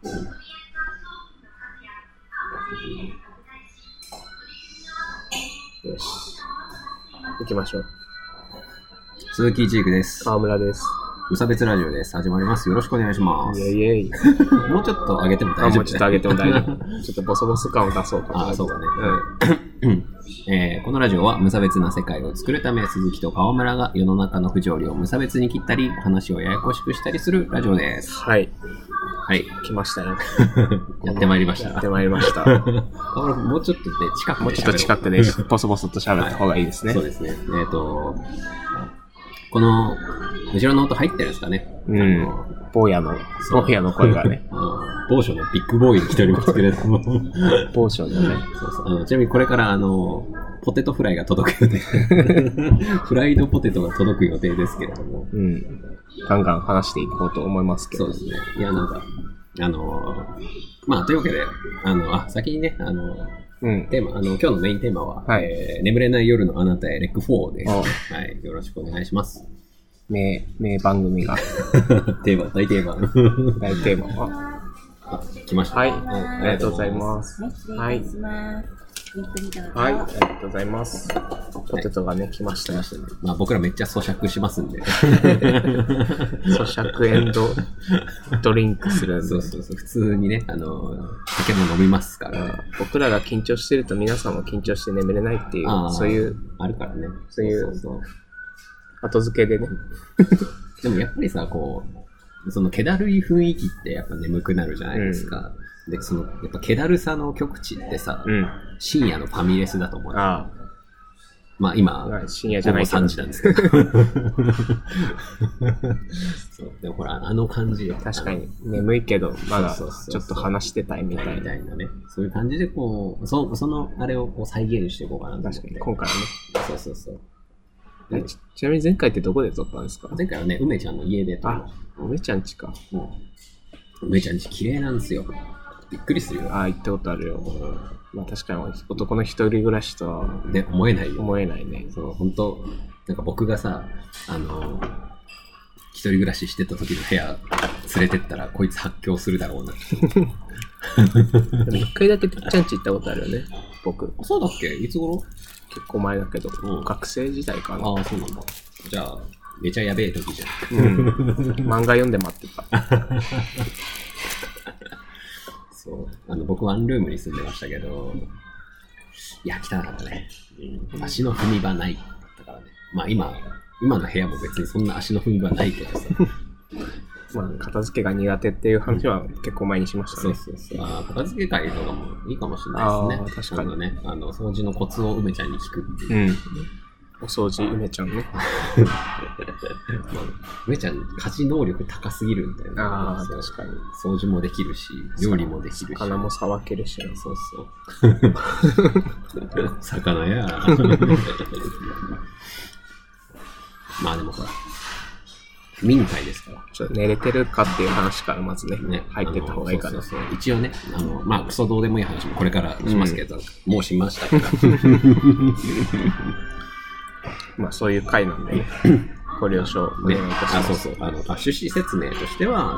よし。行きましょう。 鈴木一育です。 川村です。 無差別ラジオです。始まります。よろしくお願いします。 イェイイェイ。 もうちょっと上げても大丈夫です。 もうちょっと上げても大丈夫。ちょっとボソボソ感を出そうか。 そうだね。このラジオは無差別な世界を作るため、鈴木と川村が世の中の不条理を無差別に切ったり、話をややこしくしたりするラジオです。 はい。 はい。 来ましたね。 やってまいりました。 やってまいりました。 川村もうちょっとね、近くでもうちょっと近くでボソボソと喋った方がいいですね。 そうですね。この、後ろの音入ってるんですかね。 坊やの声がね。 某所のビッグボーイに来ておりますけれども。 某所のね。 ちなみにこれからポテトフライが届く予定。フライドポテトが届く予定ですけれども。 ガンガン話していこうと思いますけど。 そうですね。いや、なんか、まあ、というわけで、先にね、テーマ、今日のメインテーマは、眠れない夜のあなたへレック4です。はい。よろしくお願いします。 名番組が。 大定番。 大定番は来ました。 はい。ありがとうございます。はい。はい。ありがとうございます。ポテトがね、来ましたね。 まあ僕らめっちゃ咀嚼しますんで。 咀嚼ドリンクするんで。 そう。普通にね、酒も飲みますから。 僕らが緊張してると皆さんも緊張して眠れないっていう、そういう、 あるからね。 そういう、後付けでね。 でもやっぱりさ、その気だるい雰囲気ってやっぱ眠くなるじゃないですか。で、やっぱ気だるさの極致ってさ、深夜のファミレスだと思う。まあ今、 深夜じゃないけど 3時なんですけど。そうでもほら、あの感じよ。 確かに、眠いけど、まだちょっと話してたいみたいなね。そういう感じでそのあれを再現していこうかなと思って。 確かに、今回はね。 そう。 ちなみに前回ってどこで撮ったんですか？ 前回はね、梅ちゃんの家で撮った。 梅ちゃん家か。 梅ちゃん家綺麗なんですよ。びっくりするよ。 行ったことあるよ。まあ確かに男の一人暮らしとはね、思えないよ。 思えないね。 そう、本当なんか僕がさ、一人暮らししてた時の部屋連れてったらこいつ発狂するだろうな。 でも一回だけてっちゃん家行ったことあるよね、僕。 そうだっけ？いつ頃？ 結構前だけど、学生時代かな。 そうなんだ。じゃあ、めちゃやべえ時じゃん。 漫画読んで待ってた。 そう。僕ワンルームに住んでましたけど、いや、汚かったね。足の踏み場ない。だからね。まあ今の部屋も別にそんな足の踏み場ないけどさ。 まあ、片付けが苦手っていう話は結構前にしましたね。 そう。片付け会とかもいいかもしれないですね。確かにね。掃除のコツを梅ちゃんに聞くっていう。 お掃除梅ちゃんね。 梅ちゃん家事能力高すぎるんだよね。 確かに。 掃除もできるし、料理もできるし。 魚もさばけるし。 そう。魚や。まあでもほら。民会ですから。 ちょっと寝れてるかっていう話からまずね入ってった方がいいかな。 そう一応ね、まあクソどうでもいい話もこれからしますけど、もうしましたから。 まあそういう回なんでね、ご了承お願いいたします。 趣旨説明としては、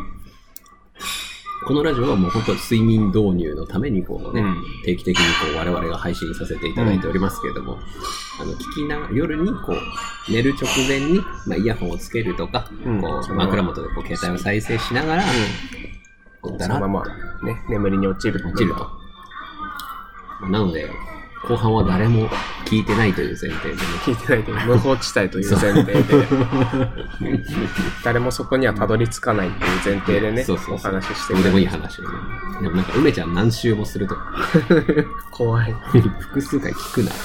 このラジオはもう本当に睡眠導入のために定期的に我々が配信させていただいておりますけれども、夜に寝る直前に、イヤホンをつけるとか、枕元で携帯を再生しながら、 そのままね、眠りに落ちると。 なので、後半は誰も聞いてないという前提でね。 聞いてないという、無法地帯という前提で。誰もそこにはたどり着かないっていう前提でね、お話ししてる。 どうでもいい話をね。でもなんか、梅ちゃん何周もすると。 怖い。 複数回聞くな。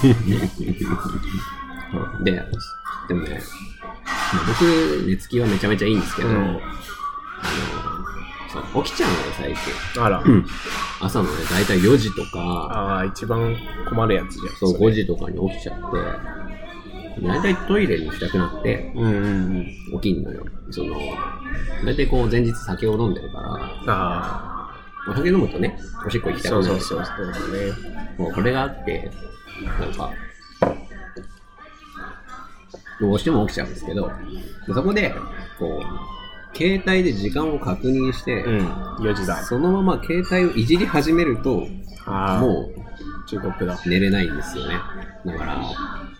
でもね、僕、寝つきはめちゃめちゃいいんですけど、起きちゃうのよ、最近。 あら。 朝のね、だいたい4時とか。 一番困るやつじゃん。 そう、5時とかに起きちゃって、だいたいトイレに行きたくなって、起きんのよ。だいたい前日酒を飲んでるから、お酒飲むとね、おしっこ行きたくなる。 そうだね。 もうこれがあって、なんか、どうしても起きちゃうんですけど、そこで、 携帯で時間を確認して、 4時だ。 そのまま携帯をいじり始めると、もう中国だ。 寝れないんですよね。だから、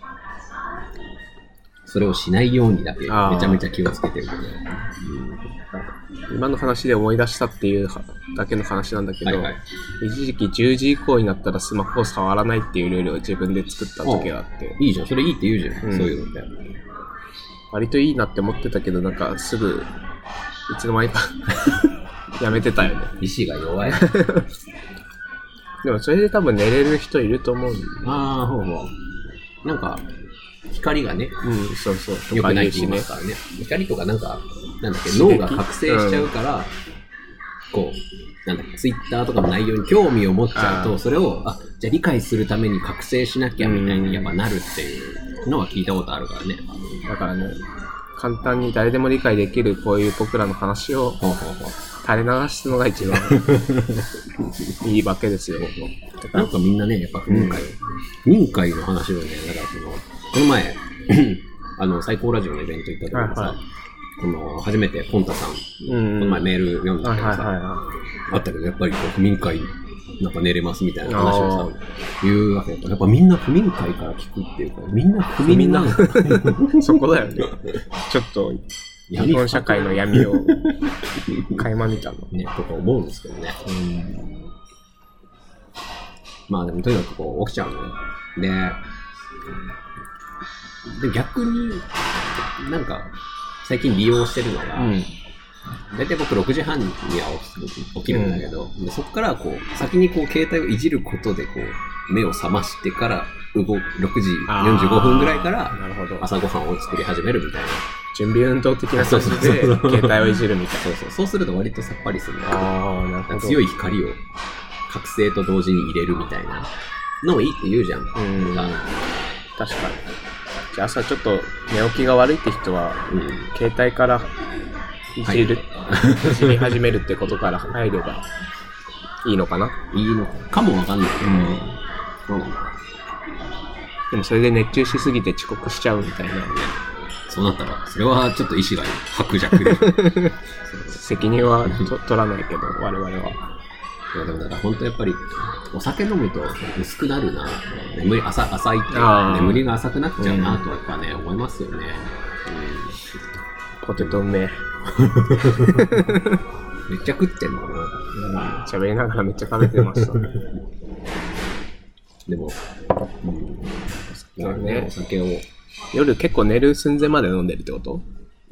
それをしないようにだけめちゃめちゃ気をつけてるので、 今の話で思い出したっていうだけの話なんだけど、一時期10時以降になったらスマホを触らないっていうルールを自分で作った時があって。 いいじゃん、それいいって言うじゃん、そういうのって。 割といいなって思ってたけど、なんかすぐ、いつの間にかやめてたよね。 意志が弱い。 でもそれで多分寝れる人いると思う。 ほう。なんか、光がね、 そうそう。 良くないって言いますからね。光とかなんだっけ、脳が覚醒しちゃうから、こう、ツイッターとかの内容に興味を持っちゃうと、それを、じゃあ理解するために覚醒しなきゃみたいにやっぱなるっていうのは聞いたことあるからね。 だからね、簡単に誰でも理解できるこういう僕らの話を垂れ流すのが一番いいわけですよ。 なんかみんなね、やっぱ不眠会の話をね、だからこの前、最高ラジオのイベント行った時にさ、初めてポンタさん、この前メール読んだけどさ、あったけど、やっぱり不眠会、なんか寝れますみたいな話をさ、言うわけだから、やっぱみんな不眠会から聞くっていうか、みんな不眠なの。 そこだよね。ちょっと、日本社会の闇を垣間見たの。 ね、とか思うんですけどね。まあでもとにかく起きちゃうのよ。で、逆になんか最近利用してるのが、だいたい僕6時半には起きるんだけど、でそこから先に携帯をいじることで目を覚ましてから6時45分ぐらいから朝ごはんを作り始めるみたいな。 準備運動的な感じで携帯をいじるみたいな。 そうすると割とさっぱりするんだけど、強い光を覚醒と同時に入れるみたいなのもいいって言うじゃん。確かに。じゃあ朝ちょっと寝起きが悪いって人は、携帯からいじり始めるってことから入ればいいのかな。 いいのかもわかんないけど、そうなんだ。 でもそれで熱中しすぎて遅刻しちゃうみたいな。 そうなったら、それはちょっと意志が薄弱で。 責任は取らないけど、我々は。 でもだから本当やっぱり、お酒飲むと薄くなるな。浅いって眠りが浅くなっちゃうなとはやっぱね、思いますよね。 ポテトうめえ。 めっちゃ食ってんの喋りながらめっちゃ食べてましたね。 でも、お酒を。 夜結構寝る寸前まで飲んでるってこと？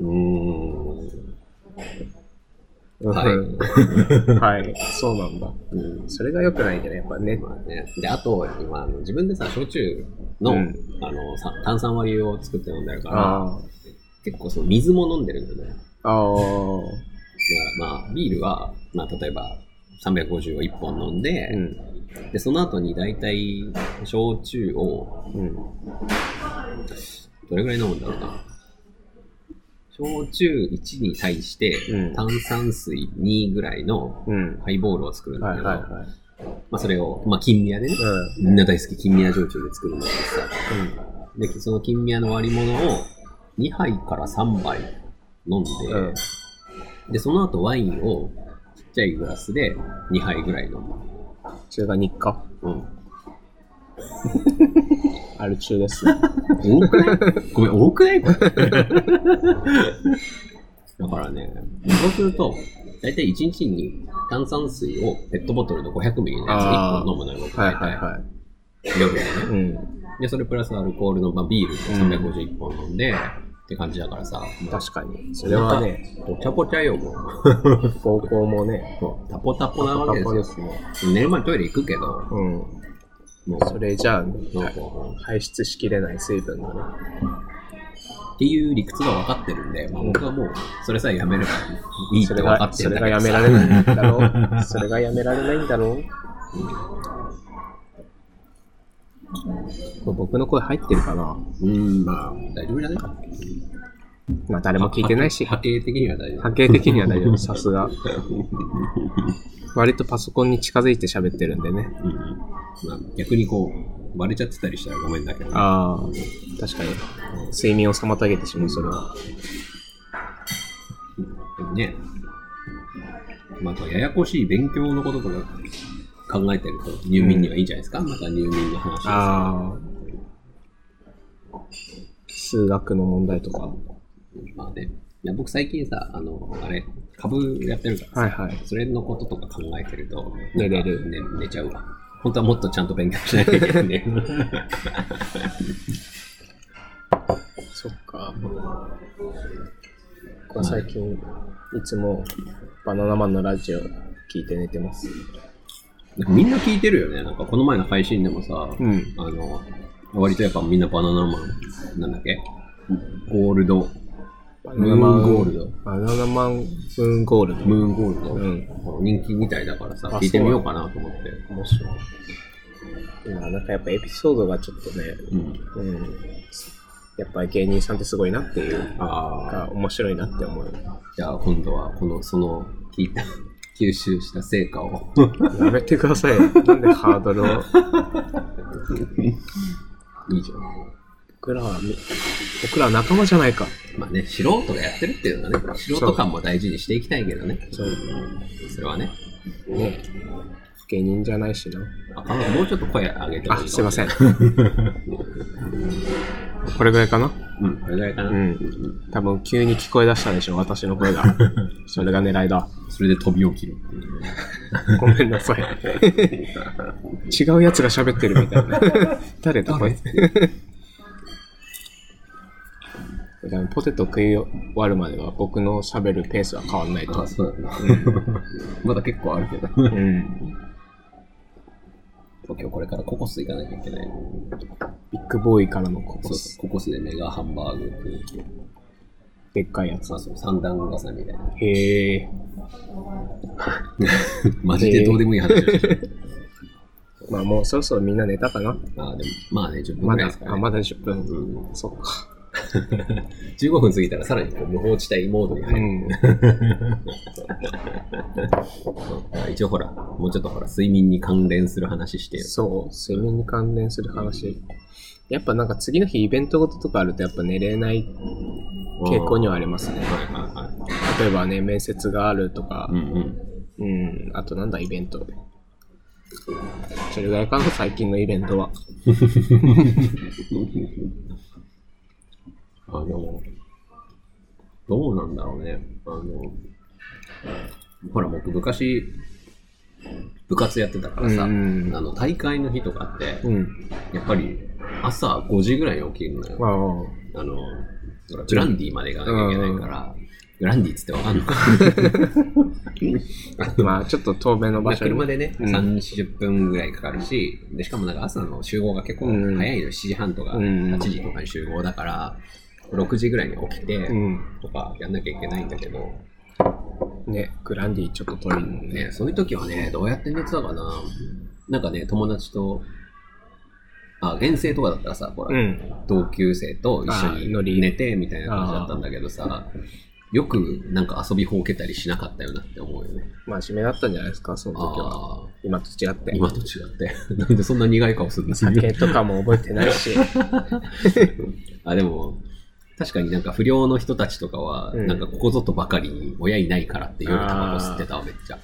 はい、そうなんだ。それが良くないんだね、やっぱね。 で、あと、今、自分でさ、焼酎の、炭酸割りを作って飲んでるから、結構水も飲んでるんだよね。だからビールは、例えば、350を1本飲んで、で、その後にだいたい焼酎を、どれぐらい飲むんだろうな。焼酎1に対して炭酸水2ぐらいのハイボールを作るんだけど、それを、金宮でね、みんな大好き金宮焼酎で作るんだけどさ、で、その金宮の割り物を2杯から3杯飲んで、で、その後ワインをちっちゃいグラスで2杯ぐらい飲む。 それが日課。アル中です。 多くない？ごめん、多くないこれ。だからね、そうすると、だいたい1日に炭酸水をペットボトルの500ミリのやつ1本飲むのよ、僕大体。夜でね。で、それプラスアルコールの、ビール351本飲んで、って感じだからさ。 確かに。それはね、 ぽちゃぽちゃよ、もう。 膀胱もね、 タポタポなわけですよ。寝る前にトイレ行くけど、 それじゃあ、排出しきれない水分がね。 っていう理屈が分かってるんで、僕はもう、それさえやめればいいって分かってるんだけど。 それがやめられないんだろう。それがやめられないんだろう。これ僕の声入ってるかな？ 大丈夫じゃない？ 誰も聞いてないし。 波形的には大丈夫。 波形的には大丈夫。さすが。割とパソコンに近づいて喋ってるんでね。 逆にバレちゃってたりしたらごめんだけど、ね。 確かに。睡眠を妨げてしまう、それは。 でもね、またややこしい勉強のこととか考えてると入眠にはいいんじゃないですか、また入眠の話です、 数学の問題とか。 まあね。いや僕最近さ、あれ、株やってるからさ、それのこととか考えてると、 寝れる。 寝ちゃうわ。本当はもっとちゃんと勉強しなきゃいけないね。 そっか。僕は最近、いつもバナナマンのラジオ聞いて寝てます。 みんな聞いてるよね。なんかこの前の配信でもさ、割とやっぱみんなバナナマン、なんだっけ？ゴールド。ムーンゴールド。 バナナマンムーンゴールド。 ムーンゴールド。人気みたいだからさ、聞いてみようかなと思って。 面白い。今、なんかやっぱエピソードがちょっとね、やっぱり芸人さんってすごいなっていうが面白いなって思う。 じゃあ今度はその聞いた吸収した成果をやめてください。なんでハードルを。 いいじゃん。 僕らは仲間じゃないか。 まあね、素人がやってるっていうのはね、素人感も大事にしていきたいけどね。それはね。 ね、芸人じゃないしな。 もうちょっと声上げてもいいかも。 すいません。これぐらいかな？ これぐらいかな。 多分急に聞こえ出したでしょ、私の声が。それが狙いだ。 それで飛び起きる。 ごめんなさい。違うやつが喋ってるみたいな。誰だこれ。ポテト食い終わるまでは僕の喋るペースは変わんないと。 そうだな。まだ結構あるけど。今日これからココス行かなきゃいけない。 ビッグボーイからのココス。 ココスでメガハンバーグ。 でっかいやつ。 そう、三段重ねみたいな。 へえ。 マジでどうでもいい話をしてる。 まあもうそろそろみんな寝たかな。 でもまあね、10分くらいですからね。 まだ10分。そっか。 15分過ぎたらさらに無法地帯モードに入る。一応ほら、もうちょっとほら、睡眠に関連する話してよ。 そう、睡眠に関連する話。やっぱなんか次の日イベントごととかあるとやっぱ寝れない傾向にはありますね。例えばね、面接があるとか、あとなんだイベント。それぐらいかな、最近のイベントは。 どうなんだろうね。ほら僕昔部活やってたからさ、大会の日とかって、やっぱり朝5時ぐらいに起きるのよ。グランディまで行かなきゃいけないから、グランディっつってわかんのかまあちょっと遠めの場所に。 車でね、3、40分ぐらいかかるし、でしかもなんか朝の集合が結構早いの、7時半とか8時とかに集合だから、6時ぐらいに起きて、とかやんなきゃいけないんだけど、 ね、グランディちょっと遠いもんね。 そういう時はね、どうやって寝てたかな。なんかね、友達と、遠征とかだったらさ、ほら、同級生と一緒に寝てみたいな感じだったんだけどさ、よくなんか遊びほうけたりしなかったよなって思うよね。 真面目だったんじゃないですか、その時は。今と違って。 今と違って。なんでそんな苦い顔するんですか？ 酒とかも覚えてないし。 でも、確かになんか不良の人たちとかは、なんかここぞとばかりに親いないからって夜タバコ吸ってたわ、めっちゃ。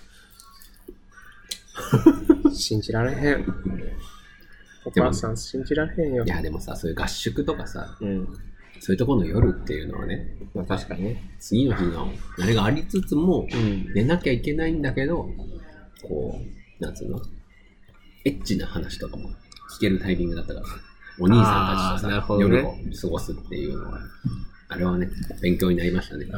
信じられへん。お母さん信じられへんよ。 いやでもさ、そういう合宿とかさ、そういうところの夜っていうのはね、 まあ確かにね。 次の日のあれがありつつも、寝なきゃいけないんだけど、こう、なんつうの、エッチな話とかも聞けるタイミングだったからさ。お兄さんたちとさ、夜を過ごすっていうのは、あれはね、勉強になりましたね。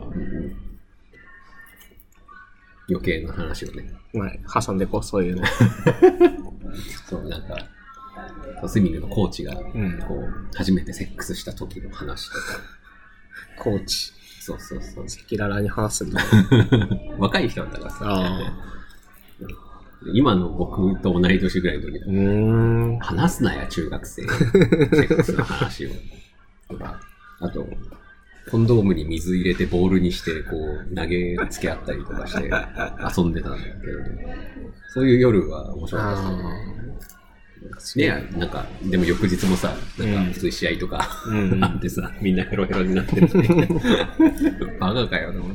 余計な話をね。 挟んでこう、そういうの。 そう、なんか、スイミングのコーチが、こう、初めてセックスした時の話とか。 コーチ。 そうそうそう。 赤裸々に話すんだ。 若い人だったからさ。今の僕と同い年ぐらいの時だ。話すなや、中学生。セックスの話を。あと、コンドームに水入れてボールにして、こう、投げつけ合ったりとかして遊んでたんだけど、そういう夜は面白かったですね。 ね、なんか、でも翌日もさ、なんか普通に試合とか、あってさ、みんなヘロヘロになってるのに、バカかよと思って。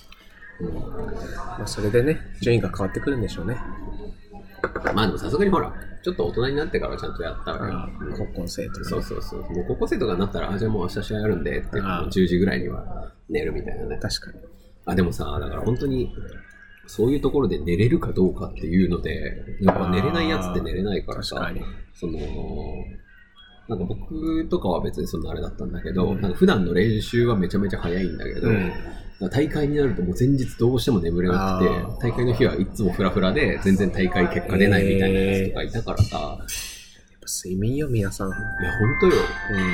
まあ、それでね、順位が変わってくるんでしょうね。 まあでもさすがにほら、ちょっと大人になってからちゃんとやったら、 高校生とか、ね。 そうそうそう。もう高校生とかになったら、じゃあもう明日試合あるんでって、10時ぐらいには寝るみたいなね。 確かに。 あ、でもさ、だから本当に、そういうところで寝れるかどうかっていうので、やっぱ寝れないやつって寝れないからさ、なんか僕とかは別にそんなあれだったんだけど、なんか普段の練習はめちゃめちゃ早いんだけど、大会になるともう前日どうしても眠れなくて、大会の日はいつもフラフラで全然大会結果出ないみたいなやつとかいたからさ、やっぱ睡眠よ皆さん。いや本当よ。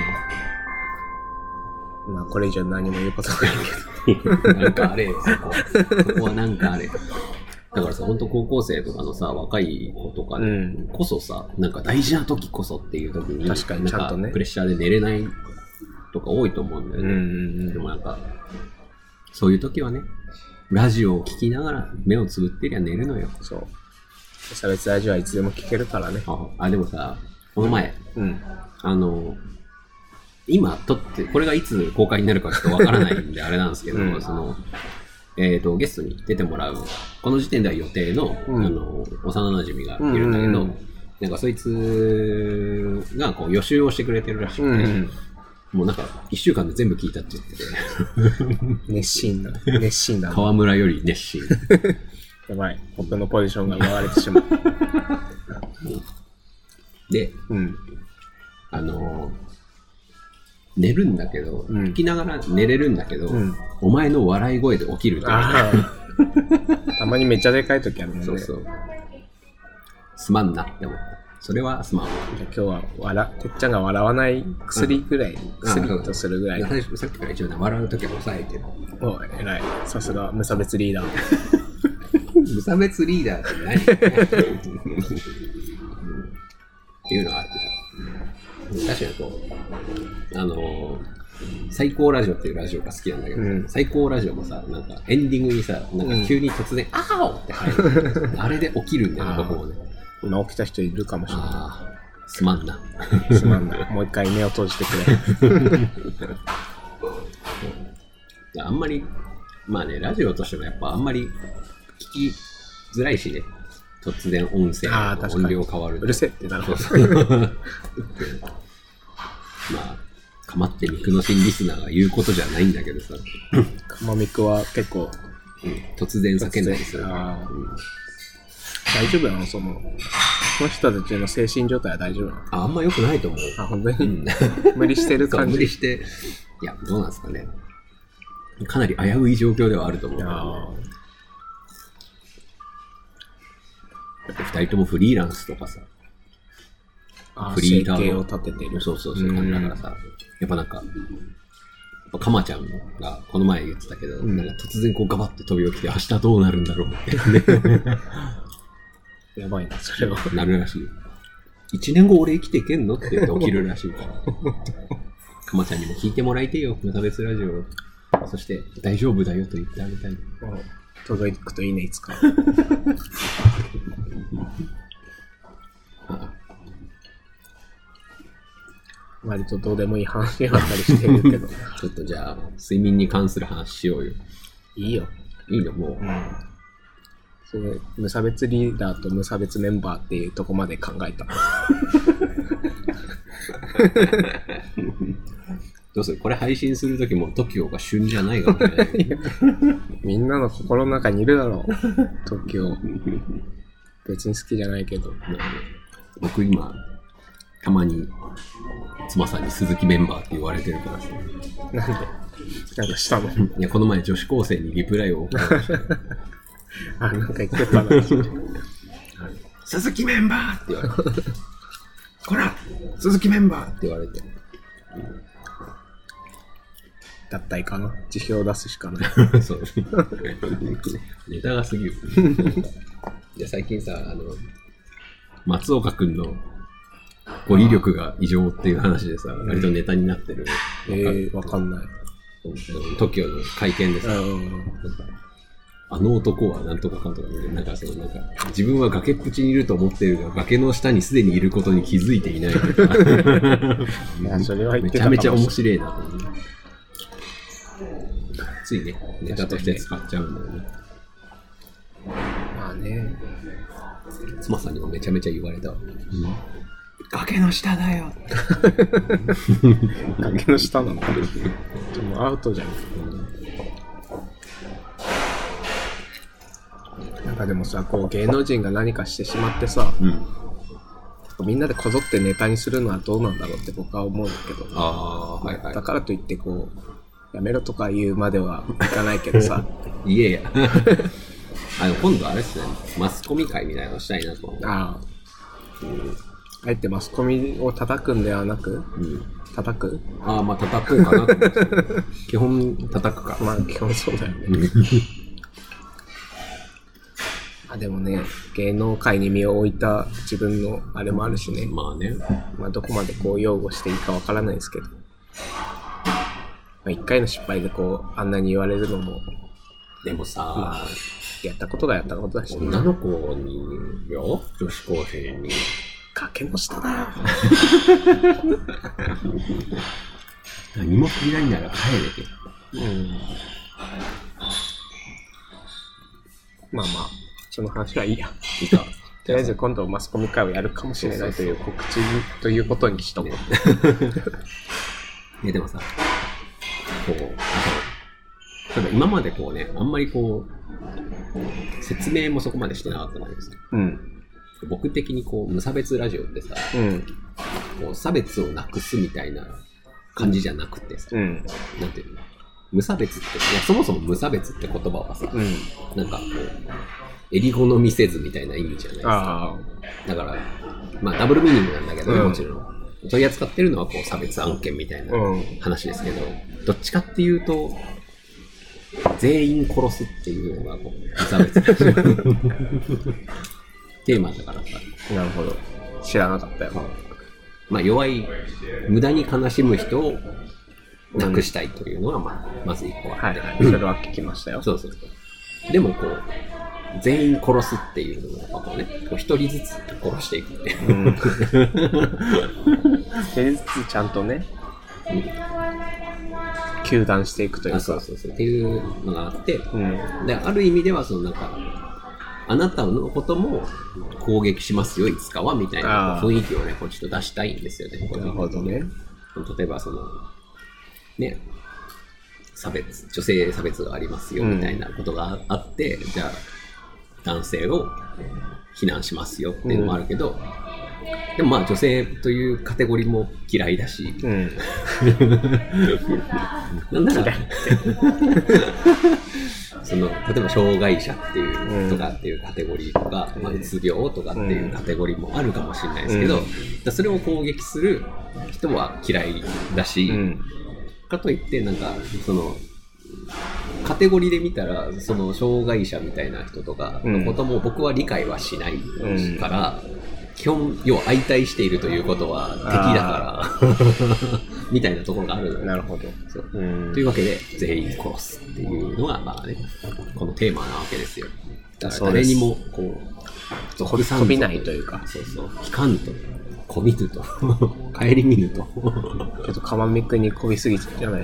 まあこれ以上何も言うことないけどなんかあれよ、そこはなんかあれ。だからさ、本当高校生とかのさ、若い子とかこそさ、なんか大事な時こそっていう時に、 確かにちゃんとね、 プレッシャーで寝れないとか多いと思うんだよね。でもなんか、そういう時はね、ラジオを聞きながら目をつぶってりゃ寝るのよ。 そう。無差別ラジオはいつでも聞けるからね。 でもさ、この前、今撮って、これがいつ公開になるかちょっとわからないんであれなんですけど、ゲストに出てもらう、この時点では予定の、幼馴染がいるんだけど、なんかそいつがこう予習をしてくれてるらしくて、もうなんか1週間で全部聞いたって言ってて。 熱心だ。 河村より熱心。 やばい。僕のポジションが奪われてしまう。 で、寝るんだけど、聞きながら寝れるんだけど、お前の笑い声で起きるとか、 たまにめっちゃでかい時あるもんね。 そうそう。すまんなって思った。それはすまんわ。 じゃあ今日はてっちゃんが笑わない薬ぐらい、薬とするぐらい。 さっきから一応ね、笑う時は抑えてる。 お偉い。さすが無差別リーダー。 無差別リーダーって何っていうのがあってさ。確かにこう、最高ラジオっていうラジオが好きなんだけど、最高ラジオもさ、なんかエンディングにさ、なんか急に突然、あーおって入る。あれで起きるんだよね、僕もね。今起きた人いるかもしれない。 すまんな。 すまんな。もう一回目を閉じてくれ。あんまり、まあね、ラジオとしてもやっぱあんまり聞きづらいしね。突然音声の音量変わる。 うるせえってなるほど。 まあ、かまって肉の新リスナーが言うことじゃないんだけどさ。 かまみくは結構、 突然叫んだりする。 大丈夫なのその人たちの精神状態は大丈夫なの？ あんま良くないと思う。 本当に、無理してる感じ。 無理して、いや、どうなんですかね。かなり危うい状況ではあると思う。だって2人ともフリーランスとかさ、 フリーターを立ててる。 そうだからさ、やっぱなんか、かまちゃんがこの前言ってたけど、なんか突然こうガバッて飛び起きて明日どうなるんだろうって。 やばいな、それは。 なるらしい。1年後俺生きていけんのって言って起きるらしいから。かまちゃんにも聞いてもらいてよ、無差別ラジオ。そして大丈夫だよと言ってあげたい。 届くといいね、いつか。割とどうでもいい話があったりしてるけど。 ちょっとじゃあ、睡眠に関する話しようよ。 いいよ。 いいのもう。 それ無差別リーダーと無差別メンバーっていうとこまで考えた。 どうする？これ配信するときも TOKIO が旬じゃないかもね。 みんなの心の中にいるだろう。TOKIO。別に好きじゃないけど。 僕今、たまに妻さんに鈴木メンバーって言われてるからさ。 なんかしたの？ いや、この前女子高生にリプライを送りました。 なんか言ってたな。 鈴木メンバーって言われて。こら鈴木メンバーって言われて。 脱退かな。辞表を出すしかない。 そう。ネタが過ぎる。いや最近さ、松岡くんの語彙力が異常っていう話でさ、割とネタになってる。 わかんない。 TOKIO の会見でさ、 あの男はなんとかかんとかね、なんか自分は崖っぷちにいると思っているが、崖の下にすでにいることに気づいていないとか。 いや、それは言ってめちゃめちゃ面い。 白いなと思う。ついね、ネタとして使っちゃうんだよね。 まあね。 妻さんにもめちゃめちゃ言われたわ。崖の下だよ。 崖の下なの。でもアウトじゃん。なんかでもさ、こう芸能人が何かしてしまってさ、みんなでこぞってネタにするのはどうなんだろうって僕は思うんだけど、だからといってこうやめろとか言うまではいかないけどさ言えや今度あれですね、マスコミ会みたいなのしたいなと思って。 あえてマスコミを叩くんではなく、叩く？ まあ叩こうかなと思って基本叩くか。 まあ基本そうだよねでもね、芸能界に身を置いた自分のあれもあるしね。 まあね。 まあどこまでこう擁護していいかわからないですけど。まあ一回の失敗でこう、あんなに言われるのも。 でもさ、 まあ、やったことがやったことだし、ね。 女の子によ、女子高生に。 崖の下だよ。 何も気にないなら帰れて。 まあまあ。その話はいいや。とりあえず今度マスコミ会をやるかもしれないという告知ということにしとこう。でもさ、こう、例えば今までこうね、あんまりこう、説明もそこまでしてなかったんだけどさ、僕的にこう、無差別ラジオってさ、こう差別をなくすみたいな感じじゃなくてさ、なんていうの、無差別って、いやそもそも無差別って言葉はさ、なんかこう、襟好みせずみたいな意味じゃないですか。だから、まあダブルミーニングなんだけどね、もちろん。取り扱ってるのはこう差別案件みたいな話ですけど、どっちかっていうと、全員殺すっていうのがこう無差別テーマだからさ。 なるほど。知らなかったよ。 まあ弱い、無駄に悲しむ人をなくしたいというのがまず一個あって。 それは聞きましたよ。 そうそうそう。でもこう、全員殺すっていうのをね、一人ずつ殺していくっていう。 一人ずつちゃんとね、糾弾していくというか。 そうっていうのがあって、である意味ではそのなんか、あなたのことも攻撃しますよいつかはみたいな雰囲気をね、こうちょっと出したいんですよね。 なるほどね。 例えばそのね、女性差別がありますよみたいなことがあって、じゃあ男性を非難しますよっていうのもあるけど、でもまあ女性というカテゴリーも嫌いだし、なんならその例えば障害者っていうとかっていうカテゴリーとか、うつ病とかっていうカテゴリーもあるかもしれないですけど、それを攻撃する人は嫌いだし、かといってなんかそのカテゴリーで見たらその障害者みたいな人とかのことも僕は理解はしないから、基本要は相対しているということは敵だからみたいなところがあるの。 なるほど。 というわけで全員殺すっていうのがまあね、このテーマなわけですよ。だから誰にもこう飛びないというか、 引かんとこびぬと顧みぬと。 ちょっとかまみくにこびすぎちゃうじゃない。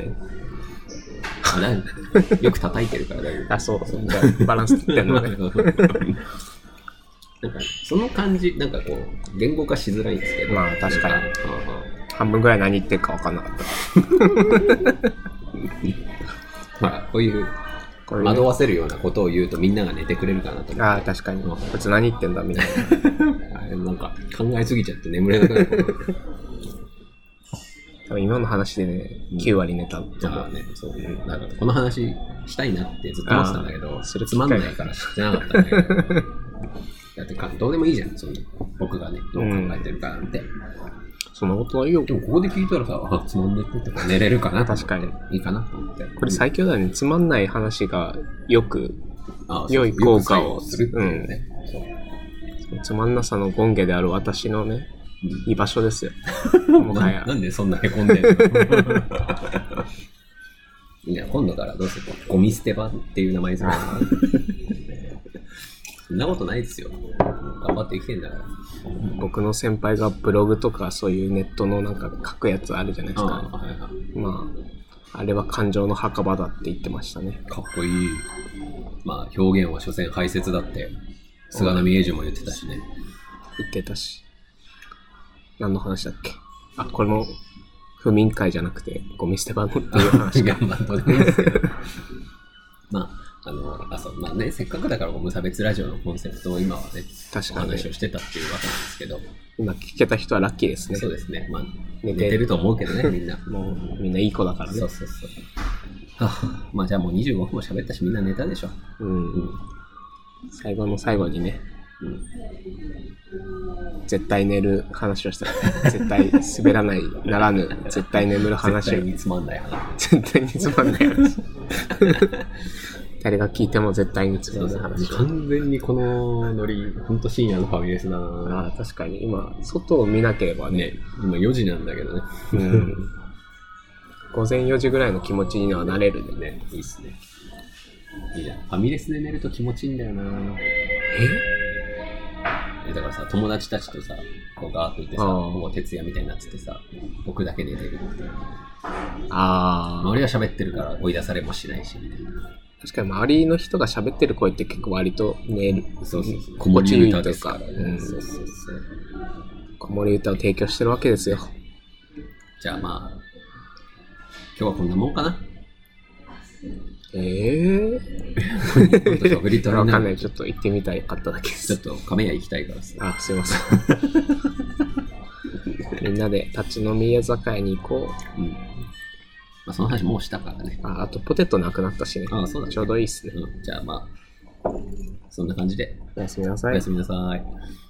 よく叩いてるから大丈夫。 そうバランスってんのね。 なんかその感じなんかこう言語化しづらいんですけど、 まあ確かに半分ぐらい何言ってるか分かんなかった。 まあこういう惑わせるようなことを言うとみんなが寝てくれるかなと思って。 確かに。こいつ何言ってんだみたいな。なんか考えすぎちゃって眠れなくなる。 多分今の話でね、9割寝たとかね。そうね。なんかこの話したいなってずっと思ってたんだけど、つまんないから知ってなかったね。だってどうでもいいじゃん、その僕がね、どう考えてるかなんて。 そんなことはいいよ。 でもここで聞いたらさ、つまんねえってか寝れるかな。 確かに。 いいかなと思って。 これ最強だね。つまんない話が良い効果をするっていうね。 つまんなさの権下である私のね、居場所ですよ。もはや。 なんでそんな凹んでるのいや、今度からどうせゴミ捨て場っていう名前ですから。そんなことないですよ。頑張って生きてんだから。 僕の先輩がブログとかそういうネットのなんか書くやつあるじゃないですか。 はいはい、 まあ、あれは感情の墓場だって言ってましたね。 かっこいい。まあ、表現は所詮排泄だって、菅波英二も言ってたしね。 言ってたし。何の話だっけ？あ、これも不眠会じゃなくてゴミ捨て場のっていう話が。 頑張っとでもいいですけど。まあ、そう、まあね、せっかくだから無差別ラジオのコンセプトを今はね、 確かにお話をしてたっていうわけなんですけど。 今聞けた人はラッキーですね。 そうですね。まあ、寝てると思うけどね、みんな。 もう、みんないい子だからね。 そう。はあ、まあじゃあもう25分も喋ったし、みんな寝たでしょ。 最後の最後にね、絶対寝る話をしたら、絶対滑らないならぬ、絶対眠る話を。 絶対につまんない話。 絶対につまんない話。誰が聞いても絶対につまんない話。 完全にこのノリ、ほんと深夜のファミレスだな。 あ、確かに今、外を見なければね。 今4時なんだけどね。 午前4時ぐらいの気持ちにはなれるんでね。 いいっすね。いいじゃん。ファミレスで寝ると気持ちいいんだよな。だからさ、友達たちとさ、こうガーッといてさ、もう徹夜みたいになっててさ、僕だけ寝てるみたいな。周りは喋ってるから追い出されもしないし、みたいな。 確かに周りの人が喋ってる声って結構割と寝る。 そう。 心地いいというか。 そう。 子守歌を提供してるわけですよ。 じゃあまあ、今日はこんなもんかな。 わかんない。ちょっと行ってみたいかっただけです。 ちょっと亀屋行きたいからさ。 あ、すいません。みんなで立ち飲み居酒屋に行こう。 まあ、その話もうしたからね。 あとポテトなくなったしね。 そうだね。 ちょうどいいっすね。 じゃあまあ、そんな感じで。 おやすみなさい。 おやすみなさい。